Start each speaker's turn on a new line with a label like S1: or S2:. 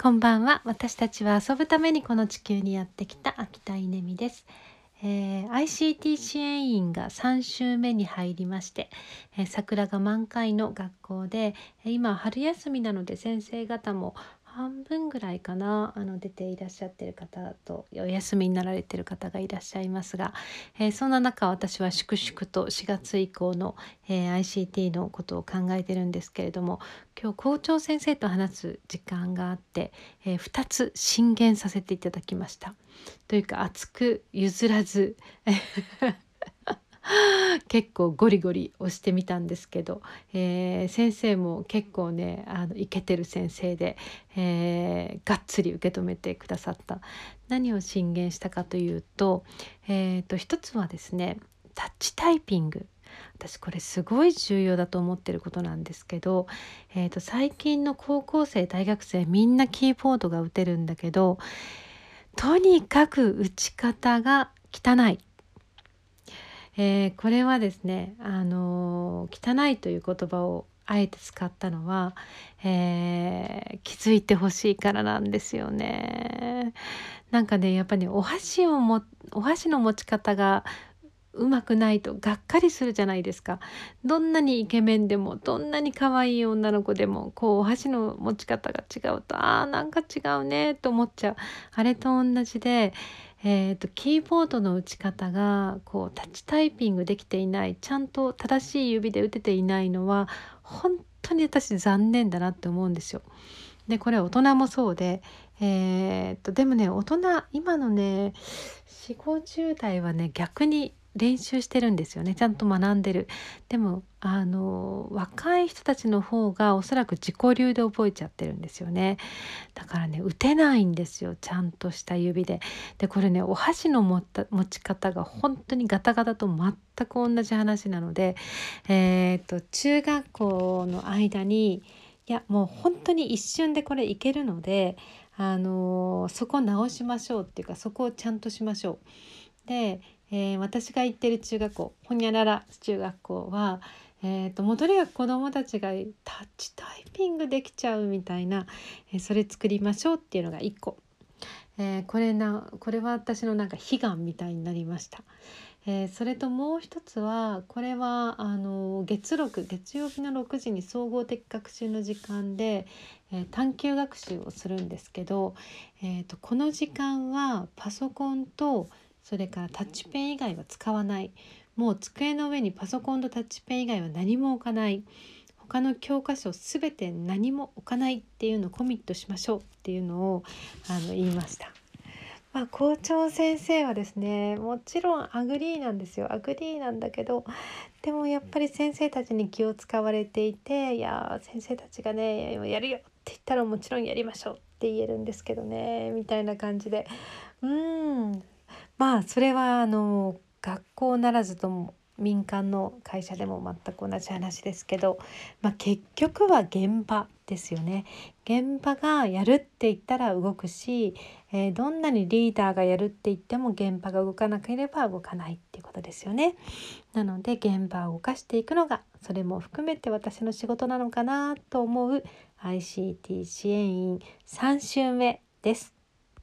S1: こんばんは。私たちは遊ぶためにこの地球にやってきた秋田稲美です。ICT 支援員が3週目に入りまして、桜が満開の学校で、今春休みなので先生方も半分ぐらいかな出ていらっしゃっている方とお休みになられている方がいらっしゃいますが、そんな中私は粛々と4月以降の、ICT のことを考えてるんですけれども、今日校長先生と話す時間があって、2つ進言させていただきました。というか熱く譲らず結構ゴリゴリ押してみたんですけど、先生も結構ねイケてる先生で、がっつり受け止めてくださった。何を進言したかというと、一つはですね、タッチタイピング。私これすごい重要だと思ってることなんですけど、最近の高校生大学生みんなキーボードが打てるんだけど、とにかく打ち方が汚い。これはですね、汚いという言葉をあえて使ったのは、気づいてほしいからなんですよね。なんかね、やっぱり、お箸の持ち方がうまくないとがっかりするじゃないですか。どんなにイケメンでもどんなに可愛い女の子でもお箸の持ち方が違うとなんか違うねと思っちゃう。あれと同じで、キーボードの打ち方がタッチタイピングできていない、ちゃんと正しい指で打てていないのは本当に私残念だなって思うんですよ。でこれは大人もそうで、でもね、大人今のね4、50代はね逆に練習してるんですよね。ちゃんと学んでる。でも若い人たちの方がおそらく自己流で覚えちゃってるんですよね。だからね打てないんですよ、ちゃんとした指で。でこれね、お箸の持ち方が本当にガタガタと全く同じ話なので、中学校の間にもう本当に一瞬でこれいけるので、そこ直しましょうっていうか、そこをちゃんとしましょう。で、私が行ってる中学校、ほにゃらら中学校は、もうとにかく子どもたちがタッチタイピングできちゃうみたいな、それ作りましょうっていうのが1個、これは私のなんか悲願みたいになりました。それともう一つは、これは月曜日の6時に総合的学習の時間で、探究学習をするんですけど、この時間はパソコンとそれからタッチペン以外は使わない。もう机の上にパソコンとタッチペン以外は何も置かない。他の教科書すべて何も置かないっていうのをコミットしましょうっていうのを言いました。校長先生はですね、もちろんアグリーなんですよ。アグリーなんだけど、でもやっぱり先生たちに気を使われていて、先生たちがねやるよって言ったらもちろんやりましょうって言えるんですけどね、みたいな感じで、それは学校ならずとも民間の会社でも全く同じ話ですけど、結局は現場ですよね。現場がやるって言ったら動くし、どんなにリーダーがやるって言っても現場が動かなければ動かないっていうことですよね。なので現場を動かしていくのが、それも含めて私の仕事なのかなと思う ICT 支援員3週目です。